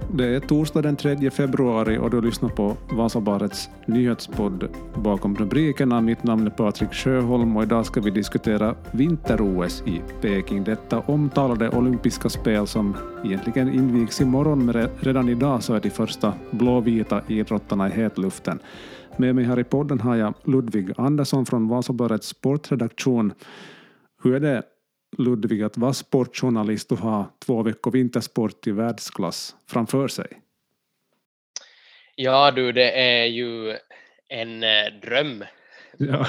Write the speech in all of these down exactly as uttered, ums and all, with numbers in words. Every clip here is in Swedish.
Det är torsdag den tredje februari och du lyssnar på Vasabarets nyhetspodd bakom rubrikerna. Mitt namn är Patrik Sjöholm och idag ska vi diskutera vinter-O S i Peking. Detta omtalade olympiska spel som egentligen invigs imorgon, men redan idag så är de första blåvita idrottarna i hetluften. Med mig här i podden har jag Ludvig Andersson från Vasabarets sportredaktion. Hur är det, Ludvig, att vara sportjournalist och ha två veckor vintersport i världsklass framför sig? Ja du, det är ju en eh, dröm. Ja.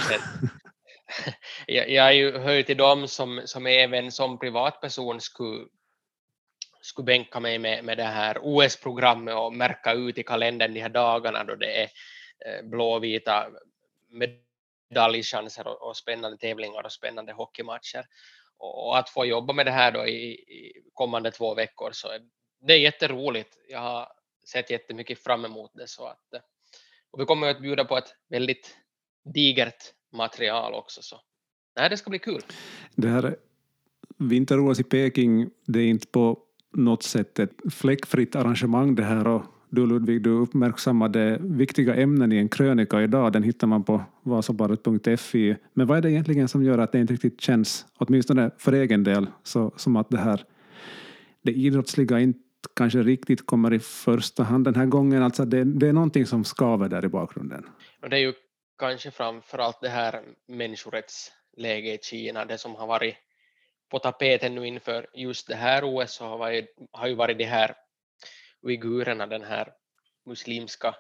jag, jag är ju hör till dem som, som även som privatperson skulle, skulle bänka mig med, med det här O S-programmet och märka ut i kalendern de här dagarna då det är eh, blåvita medaljchanser och, och spännande tävlingar och spännande hockeymatcher. Och att få jobba med det här då i, i kommande två veckor, så det är jätteroligt. Jag har sett jättemycket fram emot det. Så att, och vi kommer att bjuda på ett väldigt digert material också. Så nej, det ska bli kul. Det här vinter-O S i Peking, det är inte på något sätt ett fläckfritt arrangemang det här. Och du, Ludvig, du uppmärksammade viktiga ämnen i en krönika idag. Den hittar man på vasabaret punkt fi. Men vad är det egentligen som gör att det inte riktigt känns, åtminstone för egen del, så, som att det här det idrottsliga inte kanske riktigt kommer i första hand den här gången? Alltså det, det är någonting som skaver där i bakgrunden. Och det är ju kanske framförallt det här människorättsläget i Kina, det som har varit på tapeten nu inför just det här O S har, varit, har ju varit det här uigurerna, den här muslimska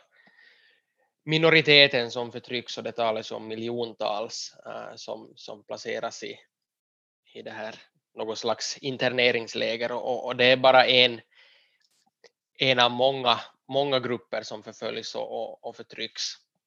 minoriteten som förtrycks, och det talas om miljontals äh, som, som placeras i, i det här något slags interneringsläger, och, och det är bara en, en av många, många grupper som förföljs och, och, och förtrycks.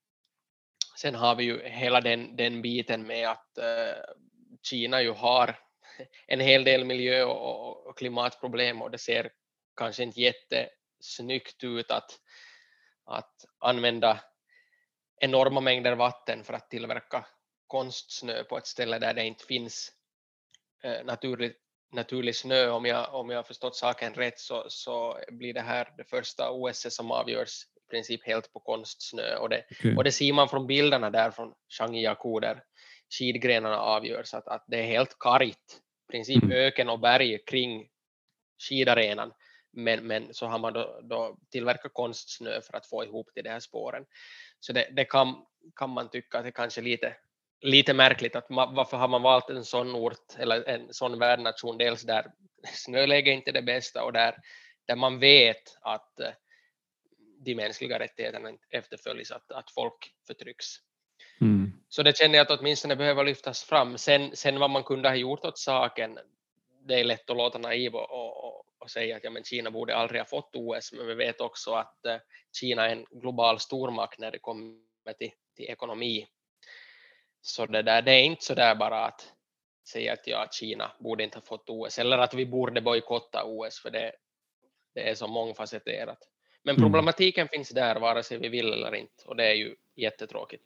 Sen har vi ju hela den, den biten med att äh, Kina ju har en hel del miljö- och, och klimatproblem, och det ser kanske inte jättesnyggt ut att, att använda enorma mängder vatten för att tillverka konstsnö på ett ställe där det inte finns eh, naturlig, naturlig snö. Om jag, om jag har förstått saken rätt, så, så blir det här det första O S som avgörs i princip helt på konstsnö, och det, Okay. och det ser man från bilderna där från Changjiakou där skidgrenarna avgörs, att, att det är helt kargt, i princip Mm. öken och berg kring skidarenan, men, men så har man då, då tillverkat konstsnö för att få ihop till de här spåren. Så det, det kan, kan man tycka att det kanske är lite, lite märkligt att man, varför har man valt en sån ort eller en sån värdnation, dels där snöläge inte är det bästa och där, där man vet att eh, de mänskliga rättigheterna efterföljs, att, att folk förtrycks. Mm. Så det känner jag att åtminstone behöver lyftas fram. Sen, sen vad man kunde ha gjort åt saken, det är lätt att låta naiv och, och, och säga att ja, men Kina borde aldrig ha fått O S, men vi vet också att eh, Kina är en global stormakt när det kommer till, till ekonomi. Så det, där, det är inte så där bara att säga att ja, Kina borde inte ha fått O S, eller att vi borde bojkotta O S, för det, det är så mångfacetterat. Men Mm. problematiken finns där vare sig vi vill eller inte, och det är ju jättetråkigt.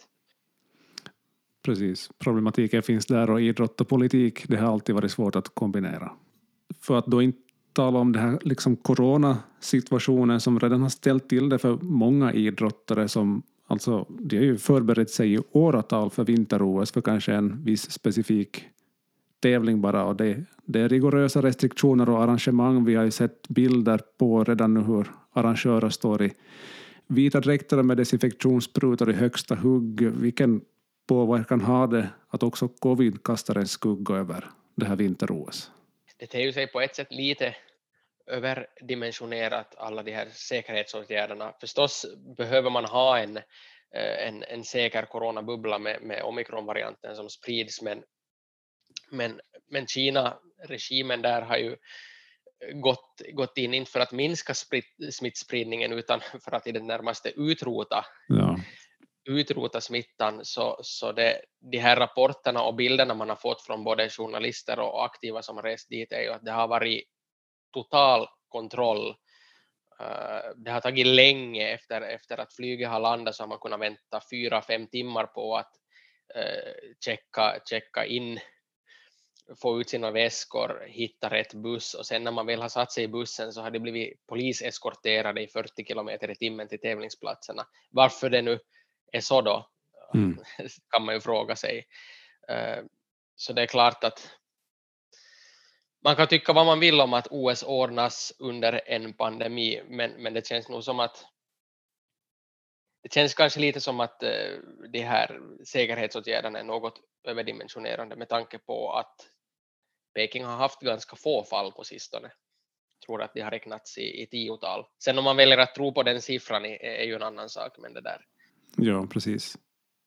Precis, problematiken finns där, och idrott och politik, det har alltid varit svårt att kombinera. För att då inte tala om det här liksom coronasituationen som redan har ställt till det för många idrottare som alltså, de har ju förberett sig i åratal för vinter-O S för kanske en viss specifik tävling bara, och det, det är rigorösa restriktioner och arrangemang. Vi har ju sett bilder på redan nu hur arrangörer står i vita dräkter med desinfektionssprutor i högsta hugg. Vilken påverkan har det att också covid kastar en skugga över det här vinter-O S? Det är ju sig på ett sätt lite överdimensionerat, alla de här säkerhetsåtgärderna. Förstås behöver man ha en, en, en säker coronabubbla med, med omikronvarianten som sprids, men, men, men Kina-regimen där har ju gått, gått in inte för att minska spritt, smittspridningen utan för att i det närmaste utrota Ja. utrota smittan. Så, så det, de här rapporterna och bilderna man har fått från både journalister och aktiva som har rest dit är ju att det har varit total kontroll. Uh, det har tagit länge efter, efter att flyget har landat, så har man kunnat vänta fyra, fem timmar på att uh, checka, checka in få ut sina väskor, hitta rätt buss, och sen när man väl har satt sig i bussen så har det blivit poliseskorterade i fyrtio kilometer i timmen till tävlingsplatserna. Varför det nu är så då, Mm. kan man ju fråga sig. Så det är klart att man kan tycka vad man vill om att O S ordnas under en pandemi, men, men det känns nog som att det känns kanske lite som att uh, de här säkerhetsåtgärderna är något överdimensionerande med tanke på att Peking har haft ganska få fall på sistone. Jag tror att de har räknats i, i tiotal. Sen om man väljer att tro på den siffran är, är ju en annan sak, men det där. Ja, precis.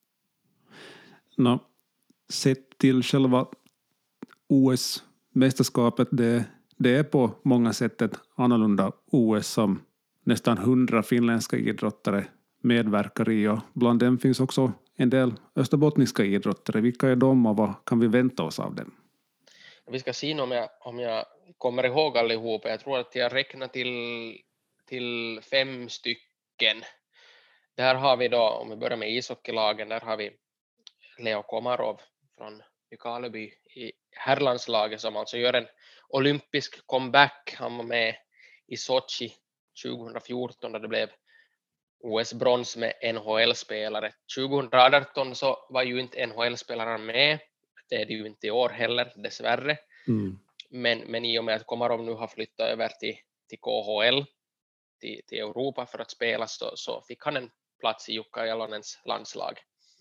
Nå, sett till själva O S-mästerskapet, det, det är på många sätt ett annorlunda O S som nästan hundra finländska idrottare medverkar i, och bland dem finns också en del österbottniska idrottare. Vilka är de och vad kan vi vänta oss av dem? Vi ska se om jag, om jag kommer ihåg allihopa. Jag tror att jag räknar till, till fem stycken. Där har vi då, om vi börjar med ishockeylagen, där har vi Leo Komarov från Nykarleby i herrlandslaget som alltså gör en olympisk comeback. Han var med i Sochi tjugohundrafjorton där det blev O S-brons med N H L-spelare. tjugohundraarton så var ju inte N H L-spelarna med. Det är det ju inte i år heller, dessvärre. Mm. Men, men i och med att Komarov nu har flyttat över till, till K H L, till, till Europa för att spela, så, så fick han en plats i Jukka Jalonens landslag.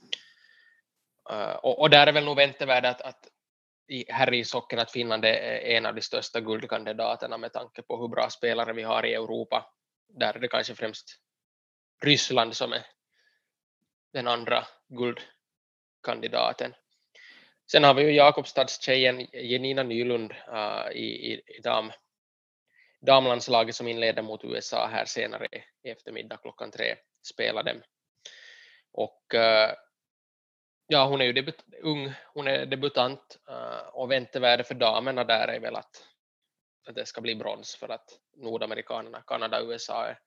Uh, och, och där är väl nog väntevärde att, att i herrishockeyn att Finland är en av de största guldkandidaterna med tanke på hur bra spelare vi har i Europa. Där är det kanske främst Ryssland som är den andra guldkandidaten. Sen har vi ju Jakobstadstjejen Janina Nylund uh, i, i, i dam, damlandslaget som inleder mot U S A här senare i eftermiddag klockan tre, spelar dem. Och uh, ja, hon är ju debut, ung, hon är debutant uh, och väntevärde för damerna där är väl att, att det ska bli brons, för att nordamerikanerna, Kanada och U S A är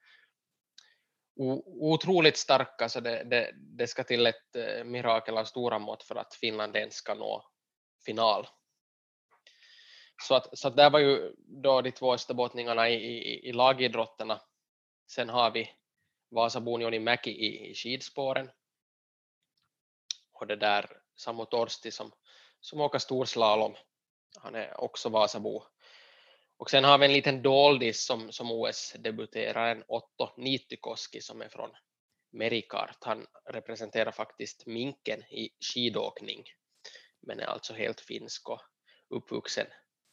o, otroligt starka, så det, det, det ska till ett uh, mirakel av stora mått för att Finland ens ska nå final. Så att, så att där var ju då de två österbottningarna i, i, i lagidrotterna. Sen har vi Vasabon Joni Mäki i, i skidspåren. Och det där Samu Torsti som, som åker storslalom. Han är också Vasabo. Och sen har vi en liten doldis som, som O S-debuterar, en Otto Niittykoski som är från Merikart. Han representerar faktiskt Minken i skidåkning, men är alltså helt finsk och uppvuxen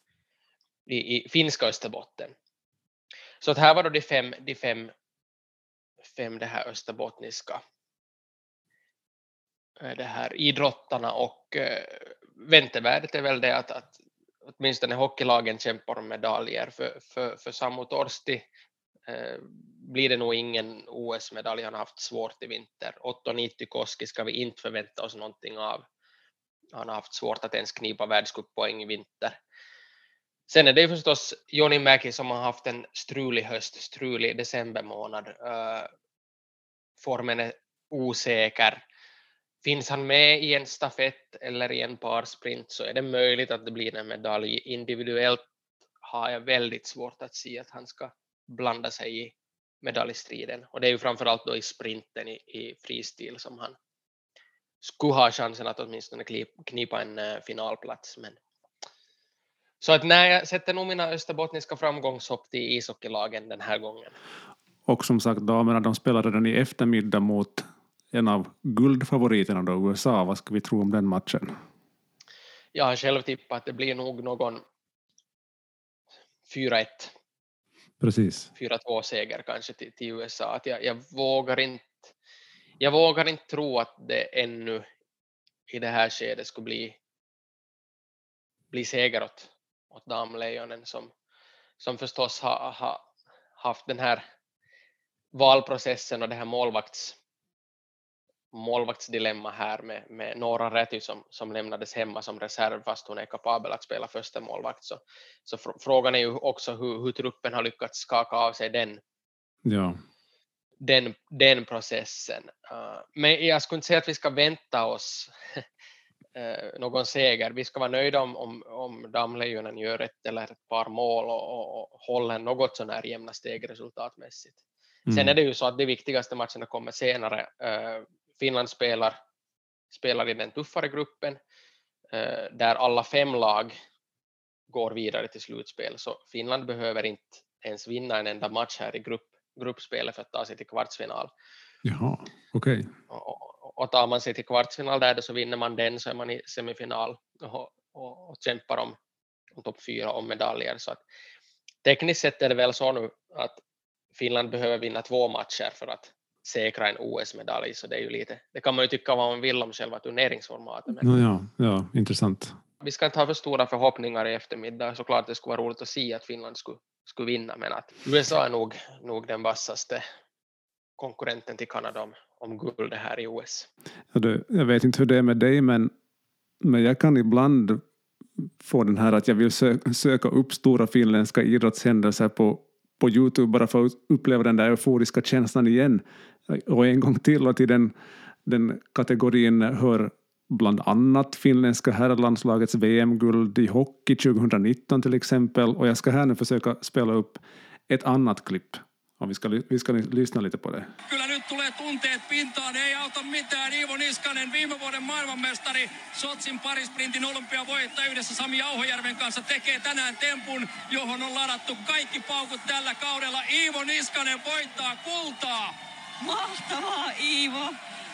i, i finska Österbotten. Så att här var då de fem, de fem, fem det här österbottniska det här idrottarna, och äh, väntevärdet är väl det att, att åtminstone hockeylagen kämpar om medaljer. För, för, för Samu Torsti äh, blir det nog ingen O S-medalj, han har haft svårt i vinter. Otto Niittykoski ska vi inte förvänta oss någonting av. Han har haft svårt att ens knipa världscuppoäng i vinter. Sen är det ju förstås Joni Mäki som har haft en strulig höst, strulig december månad. Uh, formen är osäker. Finns han med i en stafett eller i en parsprint så är det möjligt att det blir en medalj. Individuellt har jag väldigt svårt att se att han ska blanda sig i medaljstriden. Och det är ju framförallt då i sprinten i, i fristil som han skulle ha chansen att åtminstone knipa en uh, finalplats. Men så att när jag sätter nog mina österbottniska framgångshopp till ishockeylagen den här gången. Och som sagt, damerna de spelar redan i eftermiddag mot en av guldfavoriterna då, U S A. Vad ska vi tro om den matchen? Jag har själv tippat att det blir nog någon fyra ett. Precis. fyra två seger kanske till, till U S A. Att jag, jag, vågar inte, jag vågar inte tro att det ännu i det här skedet skulle bli, bli seger åt, åt damlejonen som, som förstås har ha, haft den här valprocessen och det här målvakts, målvaktsdilemma här med, med Nora Räty som, som lämnades hemma som reserv fast hon är kapabel att spela första målvakt. Så, så fr- frågan är ju också hur, hur truppen har lyckats skaka av sig den, ja. den, den processen. Uh, men jag skulle inte säga att vi ska vänta oss eh, någon seger. Vi ska vara nöjda om, om, om Damlejonen gör ett eller ett par mål och, och, och håller något sån här jämna steg resultatmässigt. Mm. Sen är det ju så att de viktigaste matcherna kommer senare. Eh, Finland spelar, spelar i den tuffare gruppen eh, där alla fem lag går vidare till slutspel. Så Finland behöver inte ens vinna en enda match här i grupp, gruppspelet för att ta sig till kvartsfinal. Jaha, okej. Okay. Och, och, och tar man sig till kvartsfinal där så vinner man den, så är man i semifinal och, och, och kämpar om, om topp fyra om medaljer. Så att, tekniskt sett är det väl så nu att Finland behöver vinna två matcher för att säkra en O S-medalj. Så det är ju lite, det kan man ju tycka vad man vill om själva turneringsformatet. Men no, ja, ja, intressant. Vi ska inte ha för stora förhoppningar i eftermiddag. Såklart det skulle vara roligt att se att Finland skulle, skulle vinna, men att U S A är nog, nog den vassaste konkurrenten till Kanada om, om guld här i O S. Ja, det, jag vet inte hur det är med dig, men, men jag kan ibland få den här att jag vill sö, söka upp stora finländska idrottshändelser på, på YouTube bara för att uppleva den där euforiska känslan igen. Och en gång till, och till den, den kategorin hör bland annat finländska herrlandslagets V M-guld i hockey tjugonitton till exempel. Och jag ska här nu försöka spela upp ett annat klipp. Och vi ska, vi ska lyssna lite på det. Kyllä nyt tulee tunteet pintaan, ei auta mitään. Iivo Niskanen, viime vuoden maailmanmestari, Sotsin parisprintin olympiavoittaja yhdessä Sami Jauhojärven kanssa tekee tänään tempun, johon on ladattu kaikki paukut tällä kaudella. Iivo Niskanen voittaa kultaa. Mahtavaa, Iivo.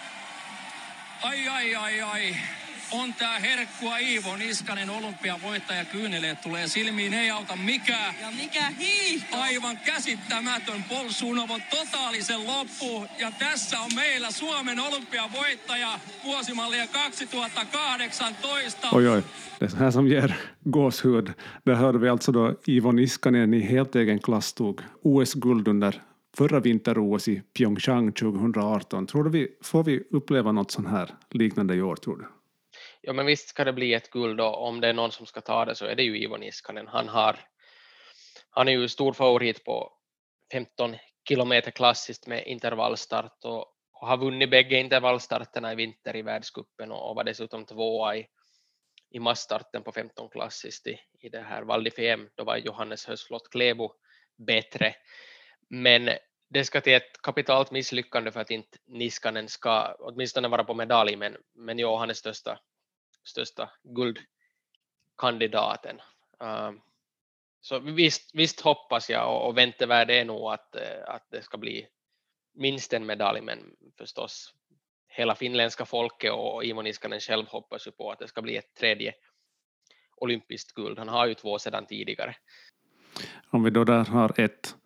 Ai, ai, ai, ai. On tää herkkua Iivo Niskanen, olympiavoittaja, kyyneleet tulee silmiin, ei auta mikään. Ja mikä hiihto. Aivan käsittämätön, Paul Sunovon totaalisen loppu. Ja tässä on meillä Suomen olympiavoittaja vuosimallia kaksituhattakahdeksantoista. Oj, oj. Det här som ger gåshud. Där hörde vi alltså då Iivo Niskanen i helt egen klass tog O S-guld under förra vinter-O S i Pyeongchang tjugoarton. Tror du vi, får vi uppleva något sånt här liknande i år, tror du? Ja, men visst ska det bli ett guld, och om det är någon som ska ta det så är det ju Iivo Niskanen. Han, har, han är ju stor favorit på femton kilometer klassiskt med intervallstart och, och har vunnit bägge intervallstarterna i vinter i världscupen och, och var dessutom tvåa i, i massstarten på femton klassiskt i, i det här Val di Fiemme. Då var Johannes Hösslott Klæbo bättre. Men det ska till ett kapitalt misslyckande för att inte Niskanen ska åtminstone vara på medalj, men, men jo, han är största, största guldkandidaten. Uh, så visst, visst hoppas jag, och, och väntevärd är nog att, att det ska bli minst en medalj, men förstås hela finländska folket och Iivo Niskanen själv hoppas ju på att det ska bli ett tredje olympiskt guld. Han har ju två sedan tidigare. Om vi då där har ett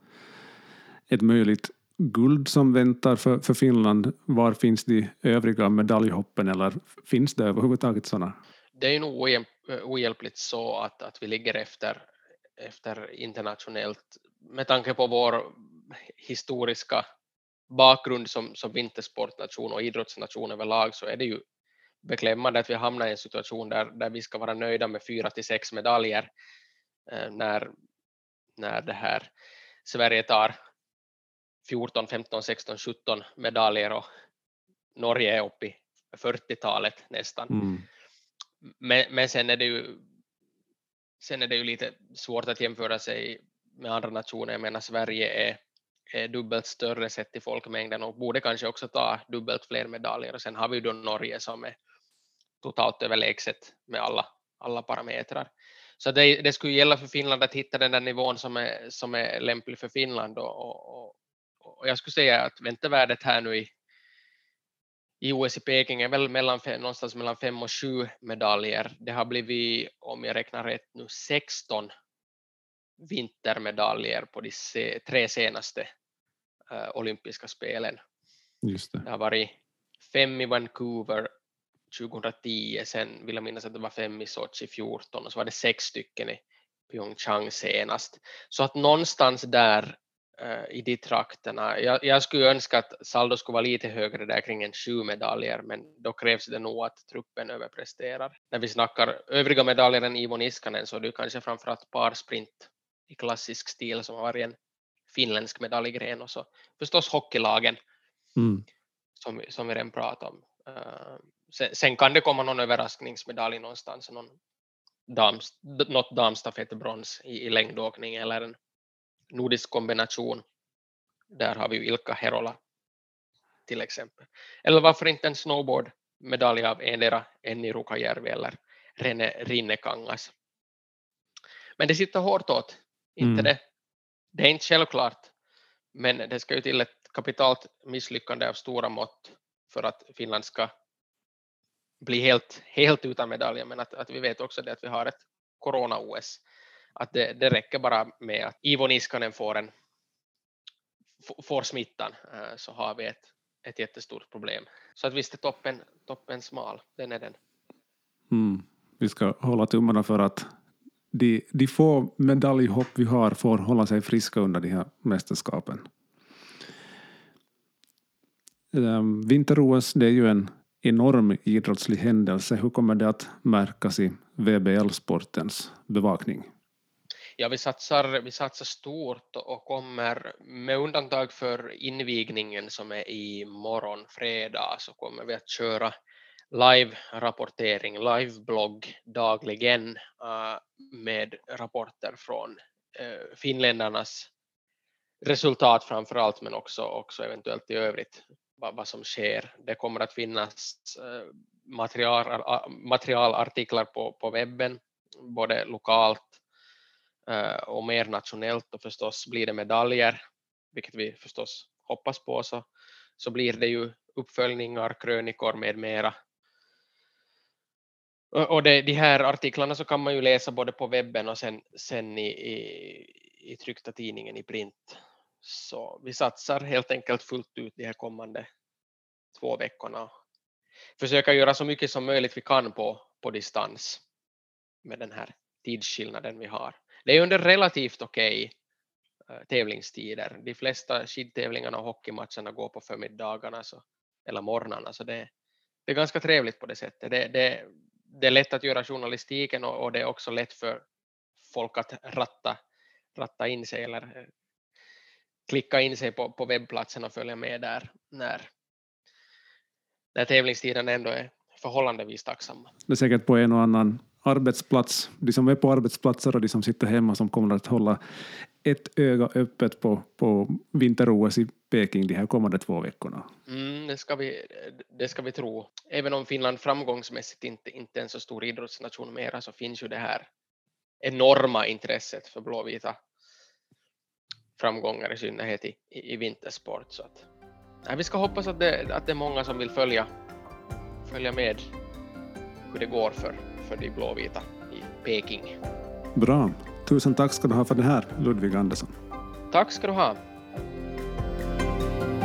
ett möjligt guld som väntar för, för Finland, var finns de övriga medaljhoppen, eller finns det överhuvudtaget sådana? Det är ju nog ohjälp, ohjälpligt så att, att vi ligger efter, efter internationellt. Med tanke på vår historiska bakgrund som, som vintersportnation och idrottsnation överlag, så är det ju beklämmande att vi hamnar i en situation där, där vi ska vara nöjda med fyra till sex medaljer eh, när, när det här Sverige tar fjorton, femton, sexton, sjutton medaljer och Norge är uppe i fyrtiotalet nästan. Mm. Men, men sen är det ju sen är det ju lite svårt att jämföra sig med andra nationer. Jag menar, Sverige är, är dubbelt större sett till folkmängden och borde kanske också ta dubbelt fler medaljer. Och sen har vi då Norge som är totalt överlägset med alla, alla parametrar. Så det, det skulle gälla för Finland att hitta den där nivån som är, som är lämplig för Finland. Och, och, och jag skulle säga att väntevärdet här nu i, i O S i Peking är väl mellan, någonstans mellan fem och sju medaljer. Det har blivit, om jag räknar rätt nu, sexton vintermedaljer på de se, tre senaste uh, olympiska spelen. Just det. Det har varit fem i Vancouver tjugohundratio, sen vill jag minnas att det var fem i Sochi fjorton och så var det sex stycken i Pyeongchang senast. Så att någonstans där uh, i de trakterna, jag, jag skulle önska att saldo skulle vara lite högre där kring en sju medaljer, men då krävs det nog att truppen överpresterar. När vi snackar övriga medaljer än Iivo Niskanen så är det kanske framförallt parsprint i klassisk stil som har varit en finländsk medaljgren, och så förstås hockeylagen mm. som, som vi redan pratade om. Uh, sen, sen kan det komma någon överraskningsmedalj någonstans, någon dams, något damstafettbrons i, i längdåkning eller en nordisk kombination. Där har vi ju Ilkka Herola till exempel. Eller varför inte en snowboardmedalj av endera Enni Rukajärvi eller Rene Rinnekangas. Men det sitter hårt åt, inte mm. det. Det är inte självklart, men det ska ju till ett kapitalt misslyckande av stora mått för att Finland ska bli helt, helt utan medaljer. Men att, att vi vet också det att vi har ett corona-O S. Att det, det räcker bara med att Iivo Niskanen får, en, får smittan, så har vi ett, ett jättestort problem. Så att visst är toppen, toppen smal, den är den. Mm. Vi ska hålla tummarna för att de, de få medaljhopp vi har får hålla sig friska under de här mästerskapen. Um, Vinter-O S, det är ju en enorm idrottslig händelse. Hur kommer det att märkas i V B L-sportens bevakning? Ja, vi satsar, vi satsar stort och kommer med undantag för invigningen som är i morgon fredag, så kommer vi att köra live-rapportering, live-blogg dagligen uh, med rapporter från uh, finländarnas resultat framförallt, men också, också eventuellt i övrigt vad, vad som sker. Det kommer att finnas uh, material, uh, materialartiklar på, på webben, både lokalt uh, och mer nationellt, och förstås blir det medaljer, vilket vi förstås hoppas på, så, så blir det ju uppföljningar, krönikor med mera. Och det, de här artiklarna så kan man ju läsa både på webben och sen, sen i, i, i tryckta tidningen i print. Så vi satsar helt enkelt fullt ut de här kommande två veckorna. Försöka göra så mycket som möjligt vi kan på, på distans med den här tidsskillnaden vi har. Det är under relativt okej okay, tävlingstider. De flesta skidtävlingarna och hockeymatcherna går på förmiddagarna så, eller morgnarna, så det, det är ganska trevligt på det sättet. Det, det, det är lätt att göra journalistiken och, och det är också lätt för folk att ratta, ratta in sig eller klicka in sig på, på webbplatsen och följa med där när, när tävlingstiden ändå är förhållandevis tacksamma. Det är säkert på en och annan arbetsplats, de som är på arbetsplatser och de som sitter hemma, som kommer att hålla ett öga öppet på, på vinter-O S i Peking de här kommande två veckorna. Mm, det, ska vi, det ska vi tro. Även om Finland framgångsmässigt inte, inte är en så stor idrottsnation mera, så finns ju det här enorma intresset för blåvita framgångar i synnerhet i, i, i vintersport. Så att, nej, vi ska hoppas att det, att det är många som vill följa, följa med hur det går för, för de blåvita i Peking. Bra. Tusen tack ska du ha för det här, Ludvig Andersson. Tack ska du ha.